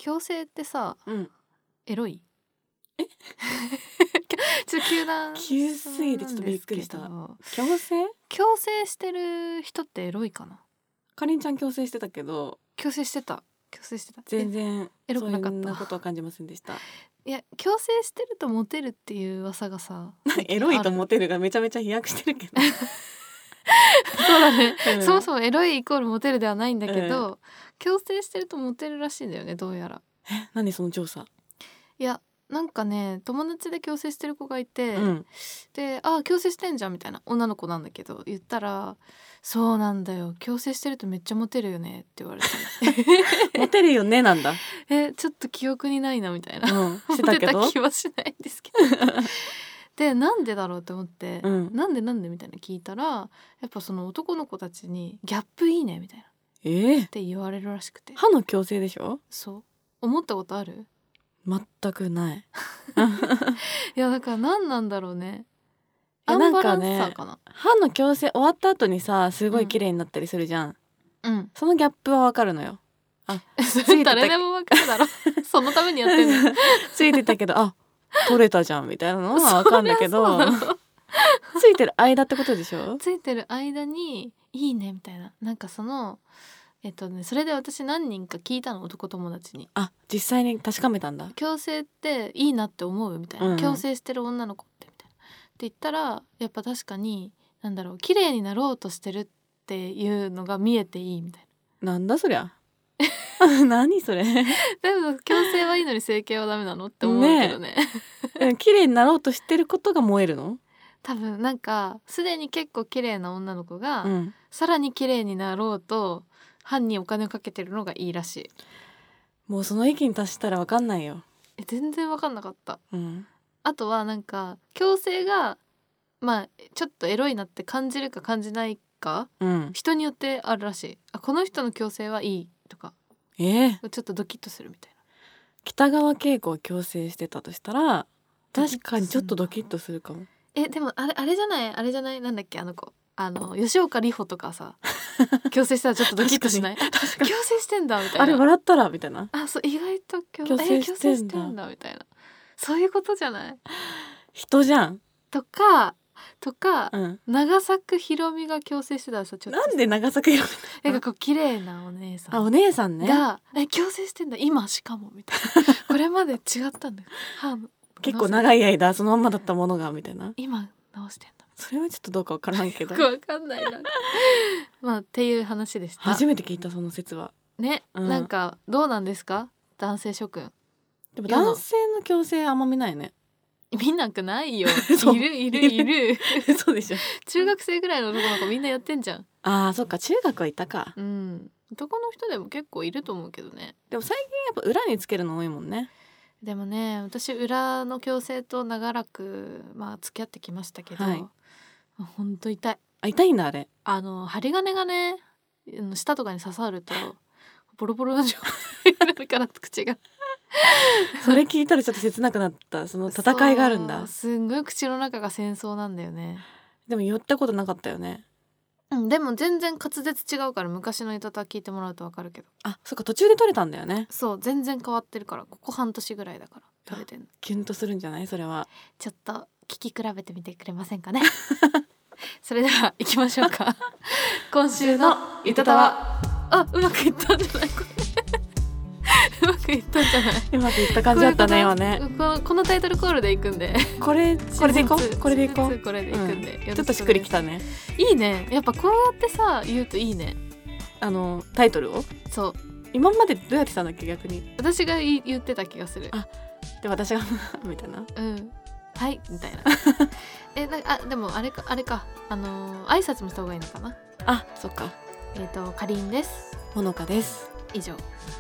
矯正ってさ、エロいえちょっと急な急すぎてちょっとびっくりした。矯正してる人ってエロいかな。 かりんちゃん矯正してたけど矯正してた全然エロくなかった。 そんなことは感じませんでした。 いや矯正してるとモテるっていう噂がさエロいとモテるがめちゃめちゃ飛躍してるけどそうだね、そもそもエロいイコールモテるではないんだけど、矯正してるとモテるらしいんだよね、どうやら。 何その調査。 いやなんかね、友達で矯正してる子がいて、で矯正してんじゃんみたいな、女の子なんだけど言ったら、そうなんだよ矯正してるとめっちゃモテるよねって言われてモテるよねなんだ。 ちょっと記憶にないなみたいな、 してたけどモテた気はしないんですけどでなんでだろうって思って、なんでみたいな聞いたら、やっぱその男の子たちにギャップいいねみたいなって言われるらしくて。 歯の矯正でしょ。 そう思ったことある？ 全くないいやだから何なんだろうね。 アンバランサーかな。 歯の矯正終わった後にさ、すごい綺麗になったりするじゃん。そのギャップはわかるのよ。 それ誰でもわかるだろそのためにやってんのついてたけど取れたじゃんみたいなのはわかんだけどついてる間ってことでしょ。 ついてる間にいいねみたいな、なんかそのそれで私何人か聞いたの、男友達に。 実際に確かめたんだ。 矯正っていいなって思うみたいな、矯正してる女の子ってみたいなって言ったら、やっぱ確かになんだろう、綺麗になろうとしてるっていうのが見えていいみたいな。なんだそりゃ何それでも矯正はいいのに整形はダメなのって思うけどね綺麗になろうとしてることが燃えるの。 多分なんかすでに結構綺麗な女の子が、さらに綺麗になろうと歯にお金をかけてるのがいいらしい。 もうその域に達したら分かんないよ。 全然分かんなかった。あとはなんか矯正がちょっとエロいなって感じるか感じないか、人によってあるらしい。この人の矯正はいいとか、ちょっとドキッとするみたいな。 北川景子を矯正してたとしたら確かにちょっとドキッとするかも。 でもあれじゃないなんだっけ、あの子吉岡里帆とかさ矯正したらちょっとドキッとしない？矯正してんだみたいな。 あれ笑ったらみたいな。 そう意外と矯正してんだみたいな、そういうことじゃない？ 人じゃんとか、長作ひろみが矯正してたらさ、ちょっとなんで長作ひろみなんかこう綺麗なお姉さんお姉さんねが矯正してんだ今しかもみたいなこれまで違ったんだよ結構長い間そのままだったものがみたいな、 今直してんだ。 それはちょっとどうかわからんけどわかんないなっていう話でした。 初めて聞いたその説はね、なんかどうなんですか男性諸君。 でも男性の矯正あんま見ないね。 見なくないよいるそうでしょ。 中学生ぐらいの男の子みんなやってんじゃん。 そっか中学はいたか。 男の人でも結構いると思うけどね。 でも最近やっぱ裏につけるの多いもんね。 でもね、私裏の矯正と長らく付き合ってきましたけど、ほんと痛い。 痛いんだあれ。 針金がね舌とかに刺さるとボロボロの状態になるから口がそれ聞いたらちょっと切なくなった。その戦いがあるんだ。 すんごい口の中が戦争なんだよね。 でも言ったことなかったよね。 でも全然滑舌違うから昔の歌聞いてもらうと分かるけど。 そっか途中で取れたんだよね。 そう全然変わってるから、ここ半年ぐらいだから取れてんの。 キュンとするんじゃない？それはちょっと聞き比べてみてくれませんかねそれでは行きましょうか今週のゆたたわ。うまくいったんじゃないうまくいったんじゃない？ うまくいった感じだったね今ね。 このタイトルコールでいくんでこれでいこうこれでいくんで、 ちょっとしっくりきたね。 いいね、やっぱこうやってさ言うといいね。 タイトルをそう今までどうやってたんだっけ逆に。 私が言ってた気がする。 で私がみたいな。 はいみたいなでもあれか挨拶もした方がいいのかな。 そっか。 かりんです。 ほのかです。 以上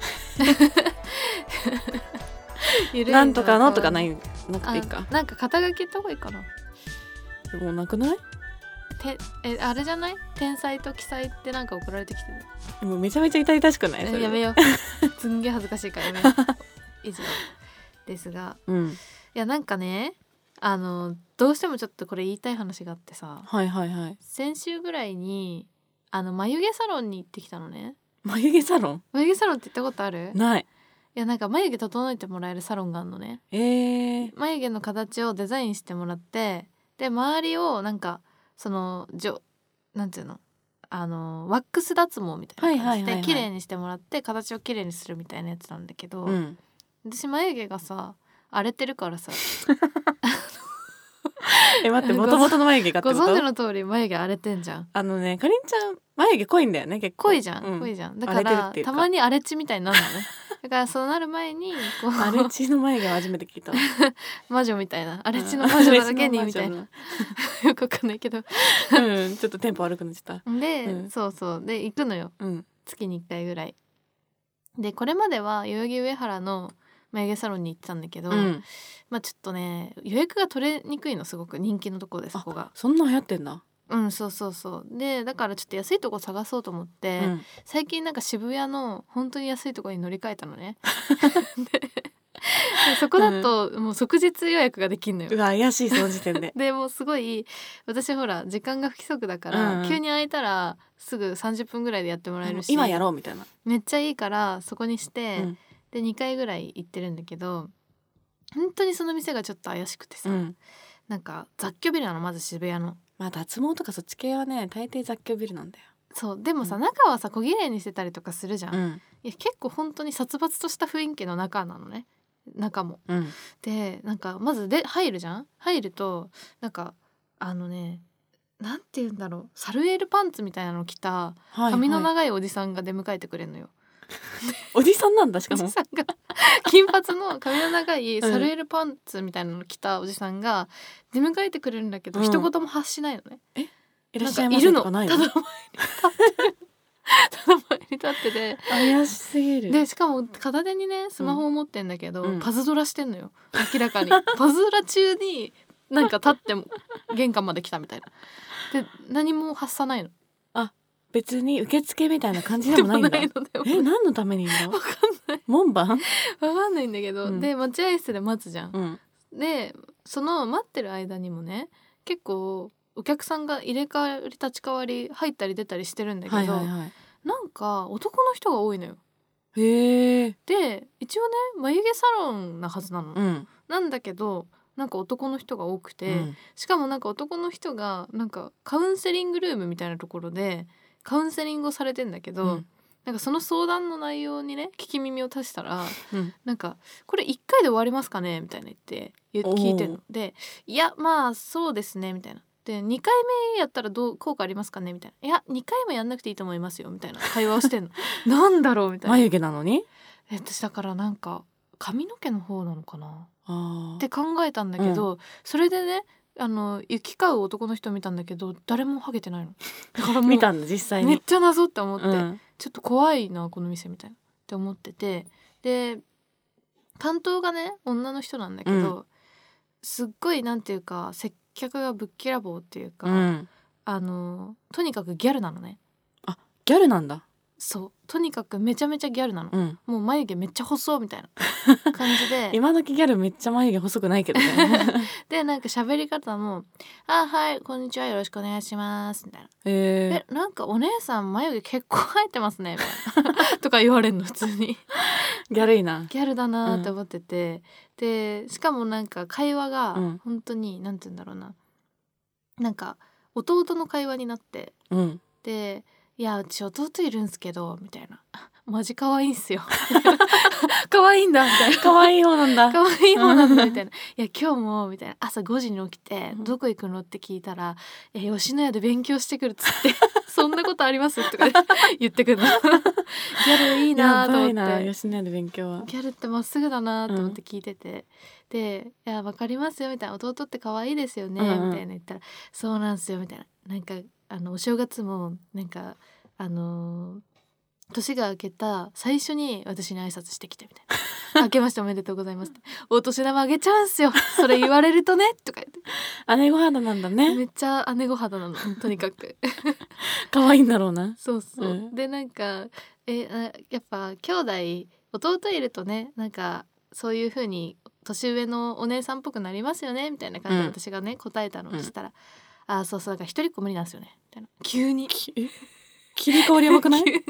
なんとかのとかなくていいか。 なんか肩書きった方がいいかな。 でもなくない？ あれじゃない？天才と奇才ってなんか送られてきてる。 もうめちゃめちゃ痛々しくない？それやめようすんげえ恥ずかしいからやめよう以上ですが、いやなんかねどうしてもちょっとこれ言いたい話があってさ、先週ぐらいに眉毛サロンに行ってきたのね。 眉毛サロンって言ったことある？ ない。 いやなんか眉毛整えてもらえるサロンがあるのね。眉毛の形をデザインしてもらって、で周りをなんかそのなんていうのワックス脱毛みたいな感じで綺麗にしてもらって形を綺麗にするみたいなやつなんだけど、私眉毛がさ荒れてるからさ待って元々の眉毛がってこと？ ご存知の通り眉毛荒れてんじゃん。 かりんちゃん眉毛濃いんだよね結構。 濃いじゃん、濃いじゃん。だからたまに荒れ地みたいになるのね。だからそうなる前にこう荒れ地の眉毛初めて聞いた。 魔女みたいな、荒れ地の魔女だけにみたいな。よくわかんないけどちょっとテンポ悪くなっちゃった。 で、そうそうで行くのよ、月に1回ぐらいで。これまでは代々木上原の眉毛サロンに行ってたんだけど、まあちょっとね予約が取れにくいの、すごく人気のところでそこが。 そんな流行ってんだ。 そうでだからちょっと安いとこ探そうと思って、最近なんか渋谷の本当に安いところに乗り換えたのね。でそこだともう即日予約ができるのよ。 うわ怪しいその時点で。 でもうすごい私ほら時間が不規則だから、急に空いたらすぐ30分ぐらいでやってもらえるし、 今やろうみたいな。 めっちゃいいからそこにして、で2回ぐらい行ってるんだけど、本当にその店がちょっと怪しくてさ、なんか雑居ビルなの、まず渋谷の。 まあ脱毛とかそっち系はね大抵雑居ビルなんだよ。 そうでもさ、中はさ小綺麗にしてたりとかするじゃん、いや結構本当に殺伐とした雰囲気の中なのね、中も、でなんかまずで入るじゃん。入るとなんかなんて言うんだろう、サルエルパンツみたいなの着た髪の長いおじさんが出迎えてくれるのよ。 おじさんなんだ。しかもおじさんが金髪の髪の長いサルエルパンツみたいなの着たおじさんが出迎えてくれるんだけど、一言も発しないのね。 いらっしゃいませとかないの？ ただ前に立ってて怪しすぎる。 でしかも片手にねスマホを持ってんだけど、パズドラしてんのよ明らかに。パズドラ中になんか立って玄関まで来たみたいな。で何も発さないの。 別に受付みたいな感じでもないんだ。何のためにいるの？ わかんない。 門番？わかんないんだけど、で待合室で待つじゃん、でその待ってる間にもね結構お客さんが入れ替わり立ち替わり入ったり出たりしてるんだけど、なんか男の人が多いのよ。で一応ね眉毛サロンなはずなの、なんだけどなんか男の人が多くて、しかもなんか男の人がなんかカウンセリングルームみたいなところでカウンセリングをされてんだけど、なんかその相談の内容にね聞き耳を立てたら、なんかこれ1回で終わりますかねみたいな聞いてんので、いやまあそうですねみたいな。で2回目やったら効果ありますかねみたいな。いや2回もやんなくていいと思いますよみたいな会話をしてんの。なんだろうみたいな。 眉毛なのに？ 私だからなんか髪の毛の方なのかなって考えたんだけど、それでね行き交う男の人見たんだけど誰もハゲてないの。だからもう見たんだ実際に。 めっちゃ謎って思って、ちょっと怖いなこの店みたいなって思ってて、で担当がね女の人なんだけど、すっごいなんていうか接客がぶっきらぼうっていうか、とにかくギャルなのね。 ギャルなんだ。 そうとにかくめちゃめちゃギャルなの、もう眉毛めっちゃ細みたいな感じで今時ギャルめっちゃ眉毛細くないけどね。 でなんか喋り方も「はいこんにちはよろしくお願いします」みたいな。なんかお姉さん眉毛結構生えてますねみたいなとか言われるの普通に。 ギャルいな。 ギャルだなって思ってて、でしかもなんか会話が本当になんて言うんだろうな、なんか弟の会話になって、でいやうち弟いるんすけどみたいな。マジ可愛いんすよ。可愛いんだみたいな。 可愛い方なんだ。 可愛い方なんだみたいな。いや今日もみたいな、朝5時に起きてどこ行くのって聞いたら、吉野家で勉強してくるっつってそんなことありますとか言ってくるの。ギャルいいなと思って。やばいな吉野家で勉強は。 ギャルってまっすぐだなと思って聞いてて、でいやわかりますよみたいな、弟って可愛いですよねみたいな言ったら、そうなんすよみたいな。なんかお正月もなんか年が明けた最初に私に挨拶してきてみたいな。明けましておめでとうございますって。お年玉あげちゃうんすよそれ言われるとねとか言って。 姉御肌なんだね。 めっちゃ姉御肌なのとにかく。 可愛いんだろうな。 そうそう、でなんかやっぱ兄弟弟いるとね、なんかそういう風に年上のお姉さんっぽくなりますよねみたいな感じで私がね、答えたのをしたら、そうそうだから一人っ子無理なんですよねみたいな。急に切り替わりやばくない？ 急に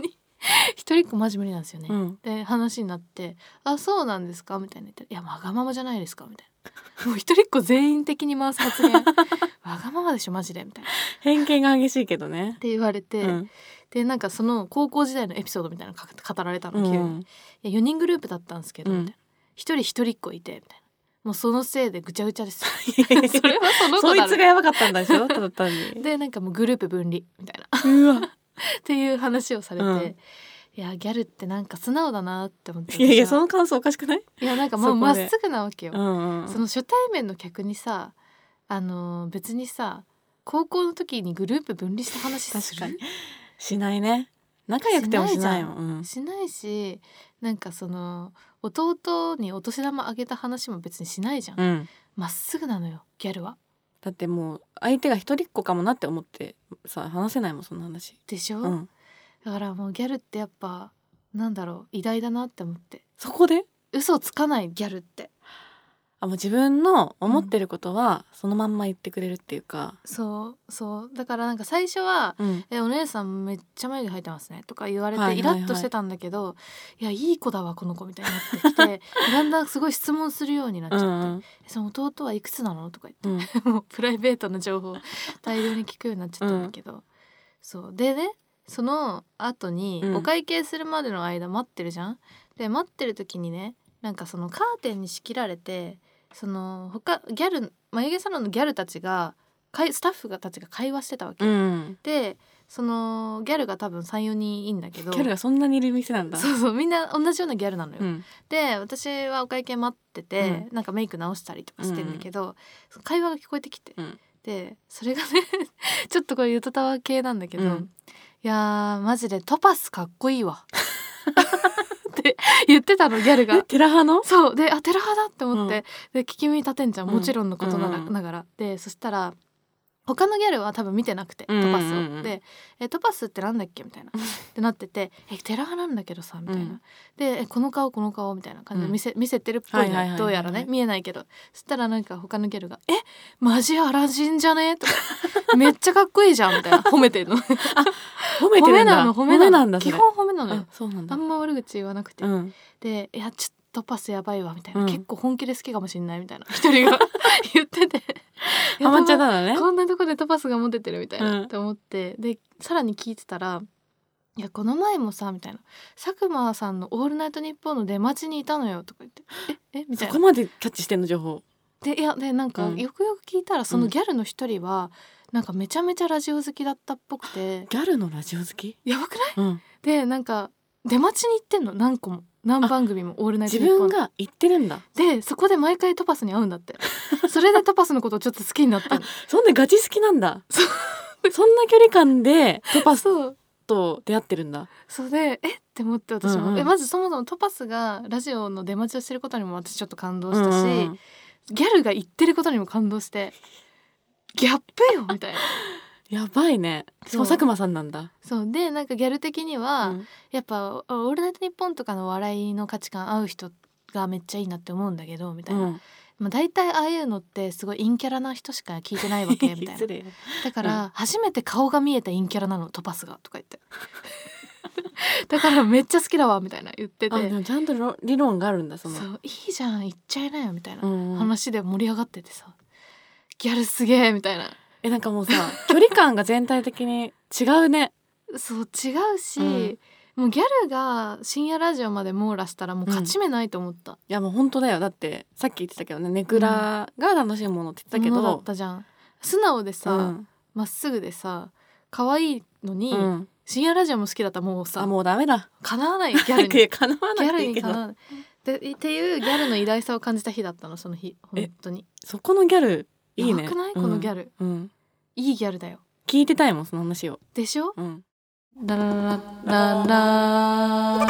一人っ子マジ無理なんですよね、 うん、 で話になってあそうなんですかみたいな言ったらいやわがままじゃないですかみたいなもう一人っ子全員的に回す発言わがままでしょマジでみたいなっ偏見が激しいけどねて言われて、 うんでなんかその高校時代のエピソードみたいなの語られたの急に、いや4人グループだったんですけど、みたいな一人っ子いてみたいなもうそのせいでぐちゃぐちゃですそれはその子だろそいつがやばかったんでしょただ単にでなんかもうグループ分離みたいなうわっていう話をされて、 うん、 いやギャルってなんか素直だなって思っていやいやその感想おかしくない？ いやなんかもうまっすぐなわけよ、 うんうん、 その初対面の客にさ別にさ高校の時にグループ分離した話する？ 確かにしないね。仲良くてもしないもん。 しないしなんかその弟にお年玉あげた話も別にしないじゃん。 うん、 まっすぐなのよギャルは。 だってもう相手が一人っ子かもなって思ってさ話せないもんそんな話でしょ、 うん、 だからもうギャルってやっぱなんだろう偉大だなって思って。 そこで嘘つかないギャルってもう自分の思ってることはそのまんま言ってくれるっていうか、 そうだからなんか最初は、 うん、 お姉さんめっちゃ眉毛生えてますねとか言われてイはいはいはいラッとしてたんだけど、いやいい子だわこの子みたいになってきてだんだんすごい質問するようになっちゃって、 うんうん、 その弟はいくつなのとか言って、 うん、 もうプライベートな情報大量に聞くようになっちゃったんだけど、そうでねその後にお会計するまでの間待ってるじゃん。で待ってる時にねなんかそのカーテンに仕切られてそのギャル眉毛サロンのギャルたちがスタッフたちが会話してたわけ、 うん、 でそのギャルが多分 3,4 人いいんだけどギャルがそんなにいる店なんだ。 そうみんな同じようなギャルなのよ、 うん、 で私はお会計待ってて、なんかメイク直したりとかしてんだけど、会話が聞こえてきて、でそれがねちょっとこれゆとたわ系なんだけど、いやーマジでトパスかっこいいわって言ってたのギャルが。 テラ派の？ そうでテラ派だって思って、で聞き耳立てんじゃんもちろんのことながら、でそしたら他のギャルは多分見てなくてトパスを、でトパスってなんだっけみたいなってなっててテラ派なんだけどさみたいな、でこの顔みたいな感じで見せてるっぽいの、どうやらね見えないけど、そしたらなんか他のギャルがマジアラジンじゃねとかめっちゃかっこいいじゃんみたいな褒めてんの褒めてるんだ。 褒めなんだ基本褒めなのよ。 そうなんだ。 あんま悪口言わなくて、でいやちょっとパスやばいわみたいな、結構本気で好きかもしんないみたいな一人が言っててハマっちゃったのね。 こんなとこでトパスがモテてるみたいな、って思ってでさらに聞いてたらいやこの前もさみたいな佐久間さんのオールナイトニッポンの出待ちにいたのよとか言ってみたいな。 そこまでキャッチしてんの情報でいやでなんかよくよく聞いたらそのギャルの一人はなんかめちゃめちゃラジオ好きだったっぽくて。 ギャルのラジオ好きやばくない、でなんか出待ちに行ってんの何番組もオールナイトニッポン自分が行ってるんだ。 でそこで毎回トパスに会うんだってそれでトパスのことをちょっと好きになったのそんなガチ好きなんだそんな距離感でトパスと出会ってるんだ。 そうでって思って私も、まずそもそもトパスがラジオの出待ちをしてることにも私ちょっと感動したし、ギャルが言ってることにも感動してギャップよみたいなやばいね。そう佐久間さんなんだ。 そうでなんかギャル的には、やっぱオールナイトニッポンとかの笑いの価値観合う人がめっちゃいいなって思うんだけどみたいな、まあ、大体ああいうのってすごい陰キャラな人しか聞いてないわけみたいなだから、初めて顔が見えた陰キャラなのトパスがとか言ってだからめっちゃ好きだわみたいな言ってて、 でもちゃんと理論があるんだ。そういいじゃん言っちゃいなよみたいな話で盛り上がっててさ、ギャルすげえみたいな。 なんかもうさ距離感が全体的に違うね。 そう違うし、もうギャルが深夜ラジオまで網羅したらもう勝ち目ないと思った、 いやもう本当だよ。だってさっき言ってたけどね、ネクラが楽しいものって言ってたけど、 ものだったじゃん。素直でさま、っすぐでさ可愛いのに、深夜ラジオも好きだったらもうさもうダメだ叶わないギャルに叶わないけどっていうギャルの偉大さを感じた日だったのその日。本当にそこのギャルいいね。 やばくないこのギャル、いいギャルだよ。 聞いてたいもんその話を。 でしょ、ラララララ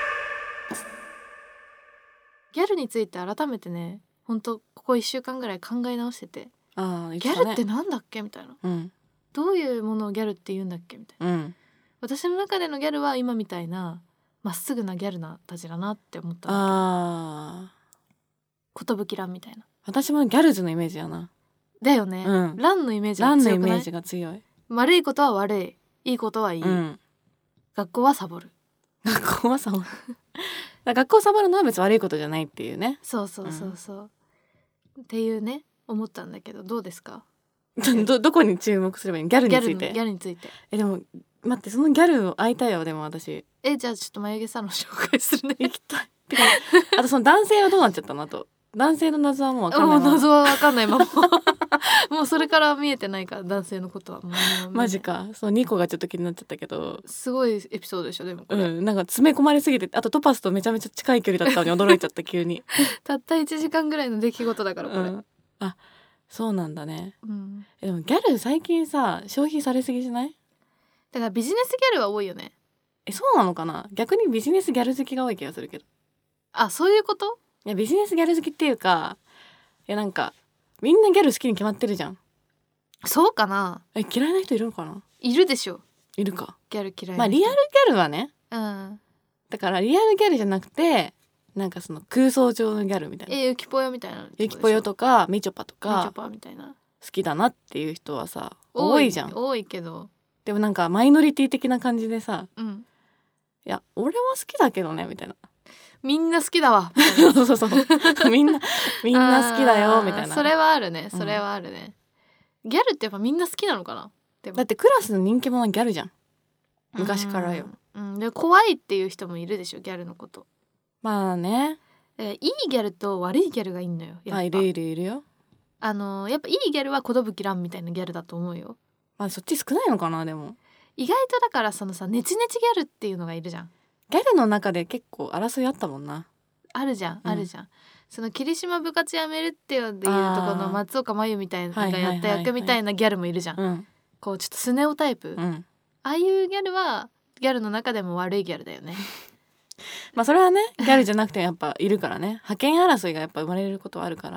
ギャルについて改めてね本当ここ1週間ぐらい考え直してて、ギャルってなんだっけみたいな、どういうものをギャルって言うんだっけみたいな、私の中でのギャルは今みたいなまっすぐなギャルなたちだなって思ったわけ。寿ランみたいな。 私もギャルズのイメージやな。 だよね、ランのイメージが強くない？ ランのイメージが強い。 悪いことは悪い、いいことはいい、学校はサボる学校はサボる学校サボるのは別に悪いことじゃないっていうね。 そう、っていうね思ったんだけど、どうですか？ どこに注目すればいいの？ギャルについて。 ギャルについて。 でも待って、そのギャルを会いたいよ。でも私じゃあちょっと眉毛サロン紹介するね。 行きたい。てかあとその男性はどうなっちゃったの？あと男性の謎はもう分かんない。 もう謎は分かんないままもうそれから見えてないから、男性のことはもうマジか。その2個がちょっと気になっちゃったけど、 すごいエピソードでしょでもこれ。 なんか詰め込まれすぎて、あとトパスとめちゃめちゃ近い距離だったのに驚いちゃった急にたった1時間ぐらいの出来事だからこれ、 あ、そうなんだね。 でもギャル最近さ消費されすぎじゃない？ だからビジネスギャルは多いよね。 そうなのかな。逆にビジネスギャル好きが多い気がするけど。 あ、そういうこと？ いやビジネスギャル好きっていうか、いやなんかみんなギャル好きに決まってるじゃん。 そうかな。 嫌いな人いるのかな。 いるでしょ。 いるか。 ギャル嫌いな人。 まあリアルギャルはね、だからリアルギャルじゃなくて、なんかその空想上のギャルみたいな、 ゆきぽよみたいな、 ゆきぽよとかみちょぱとかみちょぱみたいな好きだなっていう人はさ多いじゃん。 多いけど、 でもなんかマイノリティ的な感じでさ、いや俺は好きだけどねみたいな、 みんな好きだわそうみんな好きだよみたいな。 それはあるね、それはあるね、ギャルってやっぱみんな好きなのかな。でもだってクラスの人気者はギャルじゃん、昔からよ。 で怖いっていう人もいるでしょギャルのこと。 まあね、 いいギャルと悪いギャルがいんのよ。やっぱいるよ。 やっぱいいギャルは寿蘭みたいなギャルだと思うよ。 そっち少ないのかな。でも意外とだからそのさ、ネチネチギャルっていうのがいるじゃん。 ギャルの中で結構争いあったもんな。 あるじゃん、その霧島部活やめるっていうところの松岡真優みたいながやった役みたいなギャルもいるじゃん、こうちょっとスネ夫タイプ、ああいうギャルはギャルの中でも悪いギャルだよね。 まあそれはね、ギャルじゃなくてやっぱいるからね、覇権争いがやっぱ生まれることはあるから。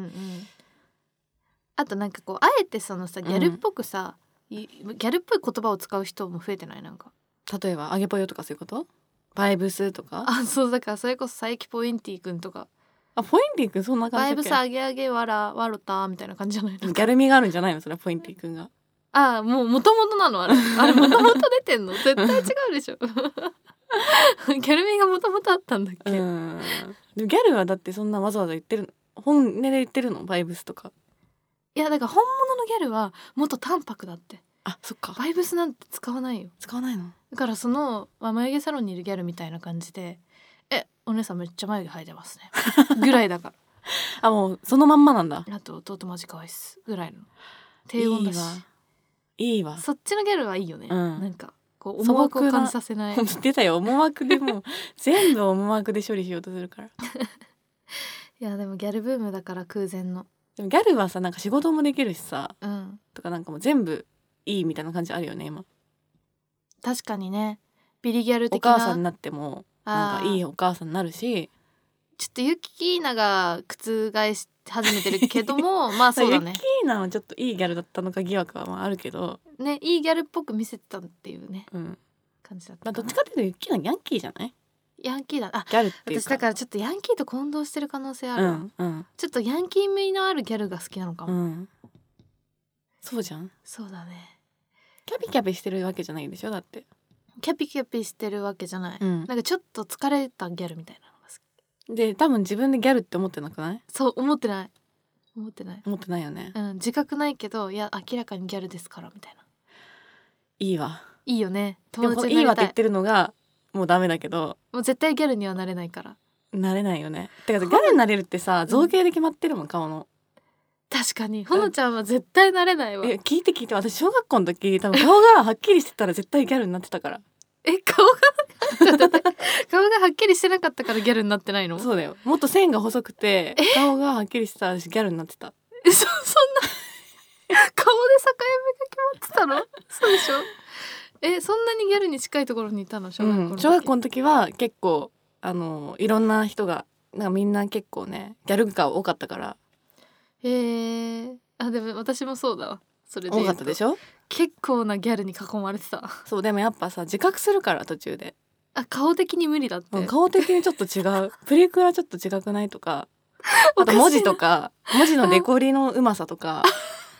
あとなんかこうあえてそのさギャルっぽくさ、ギャルっぽい言葉を使う人も増えてない？なんか例えばあげぽよとかそういうこと？バイブスとか？ そうだからそれこそ佐伯ポインティくんとか。 ポインティくんそんな感じだっけ？ バイブスあげあげわらわろたみたいな感じじゃない？ ギャル味があるんじゃないのそれは。ポインティくんがもう元々なのあれ元々出てんの？絶対違うでしょギャル味が元々あったんだっけ？でもギャルはだってそんなわざわざ言ってる、本音で言ってるの？バイブスとか。 いやだから本物のギャルはもっと淡白だって。 そっか。 バイブスなんて使わないよ。 使わないの？ だからその、眉毛サロンにいるギャルみたいな感じで、お姉さんめっちゃ眉毛生えてますねぐらいだからもうそのまんまなんだ。 あと弟マジ可愛いっすぐらいの低音だし。 いいわ。 そっちのギャルはいいよね、なんかこう思惑を感じさせない。 出たよ、思惑でもう全部思惑で処理しようとするからいやでもギャルブームだから空前の。 でもギャルはさなんか仕事もできるしさ、とかなんかもう全部いいみたいな感じあるよね今。 確かにね、ビリギャル的な。 お母さんになってもなんかいいお母さんになるし、 ちょっとユキーナが覆し始めてるけどもまあそうだね。 ユキーナはちょっといいギャルだったのか疑惑はまああるけどね、いいギャルっぽく見せてたっていうね、感じだった。 どっちかっていうとユキーナヤンキーじゃない？ ヤンキーだ。 ギャルっていうか私だからちょっとヤンキーと混同してる可能性あるわ、ちょっとヤンキー味のあるギャルが好きなのかも、 そうじゃん。 そうだね。 キャピキャピしてるわけじゃないでしょだって。 キャピキャピしてるわけじゃない、なんかちょっと疲れたギャルみたいなのが好きで、多分自分でギャルって思ってなくない？ そう思ってないよね、 自覚ないけど、いや明らかにギャルですからみたいな。 いいわ。 いいよね。 友達になりたい。いいわって言ってるのがもうダメだけど、 もう絶対ギャルにはなれないから。 なれないよね。てかギャルになれるってさ造形で決まってるもん、顔の。 確かにほのちゃんは絶対なれないわ。 聞いて私小学校の時多分顔がはっきりしてたら絶対ギャルになってたから顔がはっきりしてなかったからギャルになってないの？ そうだよ。もっと線が細くて顔がはっきりしてたら私ギャルになってた。 そんな顔で境目が決まってたの？そうでしょ。そんなにギャルに近いところにいたの？小学校の時は結構いろんな人がなんかみんな結構ねギャルが多かったから。 でも私もそうだわ。それで多かったでしょ。 結構なギャルに囲まれてた。 そうでもやっぱさ自覚するから途中で。 顔的に無理だって。 顔的にちょっと違うプリクラちょっと違くないとかあと文字とか文字のデコリのうまさとか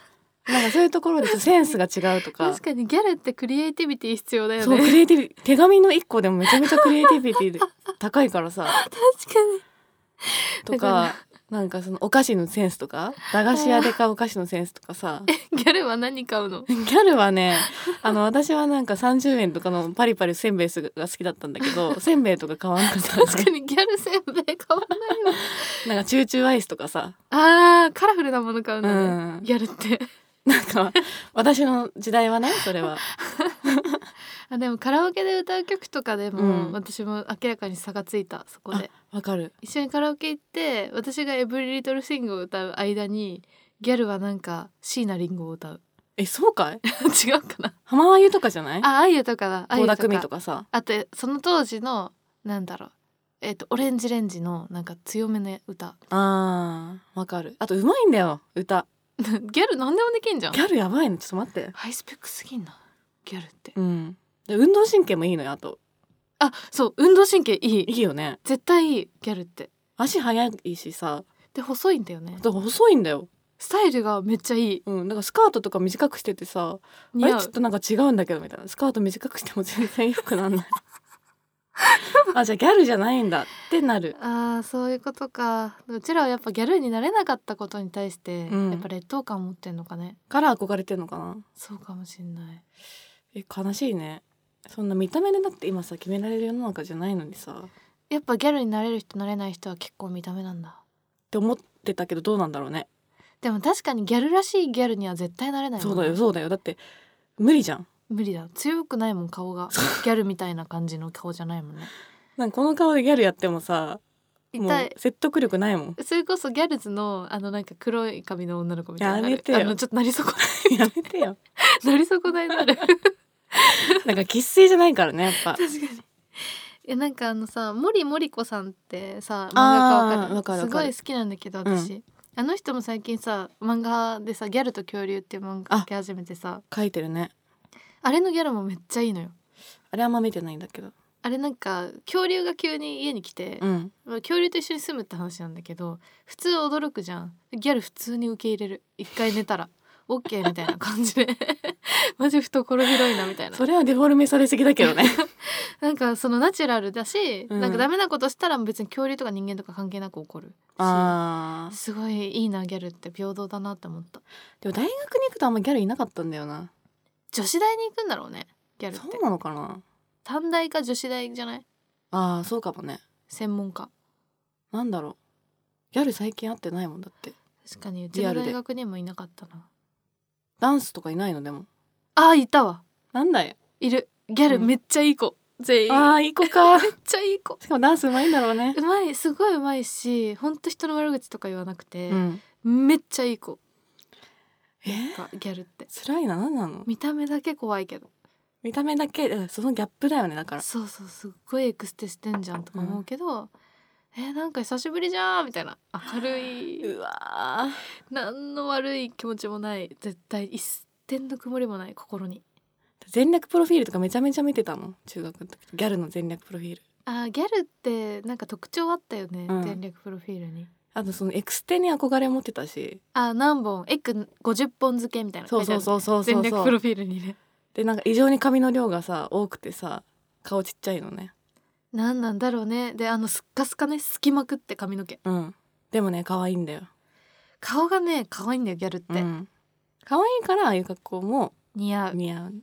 なんかそういうところでセンスが違うとか。 確かにギャルってクリエイティビティ必要だよね。 そうクリエイティビティ手紙の1個でもめちゃめちゃクリエイティビティで高いからさ確かとかなんかそのお菓子のセンスとか駄菓子屋で買うお菓子のセンスとかさにギャルは何買うの？ ギャルはね私はなんか30円とかのパリパリせんべいが好きだったんだけどせんべいとか買わなかった確かにギャルせんべい買わないわなんかチューチューアイスとかさカラフルなもの買うんだね、 うん、 ギャルってなんか私の時代はねそれはでもカラオケで歌う曲とかでも、私も明らかに差がついた。そこでわかる。 一緒にカラオケ行って私がエブリリトルシングを歌う間にギャルはなんか椎名林檎を歌う。 そうかい違うかな。 浜あゆとかじゃない？ あゆとかだ。 倖田來未とかさ。 あとその当時のなんだろうオレンジレンジのなんか強めの歌。 わかる。あとうまいんだよ歌ギャル何でもできんじゃん。 ギャルやばいの。ちょっと待って。 ハイスペックすぎんなギャルって。 で運動神経もいいのよ。あとそう運動神経いいよね。 絶対いいギャルって。 足速いしさ。 で細いんだよね。 細いんだよ。 スタイルがめっちゃいい。 なんかスカートとか短くしててさあれちょっとなんか違うんだけどみたいな。スカート短くしても全然良くなんないじゃあギャルじゃないんだってなる。 そういうことか。うちらはやっぱギャルになれなかったことに対して、やっぱ劣等感持ってんのかね。 から憧れてんのかな。 そうかもしんない。 悲しいね。そんな見た目でだって今さ決められる世の中じゃないのにさ。 やっぱギャルになれる人なれない人は結構見た目なんだって思ってたけどどうなんだろうね。 でも確かにギャルらしいギャルには絶対なれないもんね。 そうだよだって無理じゃん。 無理だ。強くないもん顔がギャルみたいな感じの顔じゃないもんね。 なんかこの顔でギャルやってもさもう説得力ないもん。 それこそギャルズのなんか黒い髪の女の子みたいな。 やめてよ。 ちょっとなり損ないやめてよなり損ないなるなんか生粋じゃないからねやっぱ。 確かに。なんか森森子さんってさ漫画家わかる。すごい好きなんだけど私、あの人も最近さ漫画でさギャルと恐竜っていう漫画描き始めてさ。 書いてるね。 あれのギャルもめっちゃいいのよ。 あれあんま見てないんだけど。 あれなんか恐竜が急に家に来て、恐竜と一緒に住むって話なんだけど普通驚くじゃん。ギャル普通に受け入れる。一回寝たらOK みたいな感じでマジ懐広いなみたいな。 それはデフォルメされすぎだけどねなんかそのナチュラルだし、なんかダメなことしたら別に恐竜とか人間とか関係なく起こるし、すごいいいなギャルって平等だなって思った。 でも大学に行くとあんまギャルいなかったんだよな。 女子大に行くんだろうねギャルって。 そうなのかな。 短大か女子大じゃない？ そうかもね。 専門家なんだろう。ギャル最近会ってないもんだって。 確かにうちの大学にもいなかったな。 ダンスとかいないのでも。 いたわ。 なんだよ。 いる。ギャルめっちゃいい子、全員。 いい子かめっちゃいい子。 しかもダンスうまいんだろうね。 うまい、すごいうまいし、ほんと人の悪口とか言わなくて、めっちゃいい子。ギャルって辛いな。何なの。 見た目だけ怖いけど。 見た目だけそのギャップだよね。だからそうすっごいエクステしてんじゃんとか思うけど、なんか久しぶりじゃんみたいな。明るい。 うわ何の悪い気持ちもない。絶対一点の曇りもない心に。 全略プロフィールとかめちゃめちゃ見てたもん中学の時。ギャルの全略プロフィール。 ギャルってなんか特徴あったよね、全略プロフィールに。 あとそのエクステに憧れ持ってたし。 何本エク50本付けみたいな。 そう全略プロフィールにね。 でなんか異常に髪の量がさ多くてさ顔ちっちゃいのね。 なんだろうね。でスッカスカね、すきまくって髪の毛。 でもね可愛いんだよ。 顔がね可愛いんだよギャルって。 可愛いからああいう格好も似合うんだよね。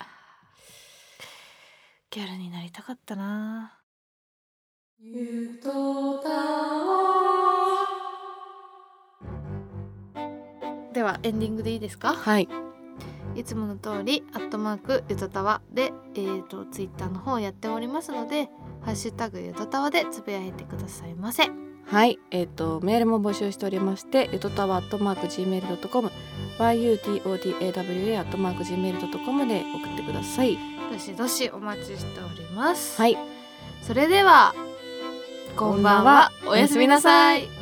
ギャルになりたかったな。 ゆとたわ。 ではエンディングでいいですか？ はい。 いつもの通り@ゆとたわでツイッターの方やっておりますので、ハッシュタグゆとたわでつぶやいてくださいませ。 はい、メールも募集しておりまして、ゆとたわ@gmail.com yutotawa@gmail.com で送ってください。 どしどしお待ちしております。 はい。 それではこんばんは、おやすみなさい。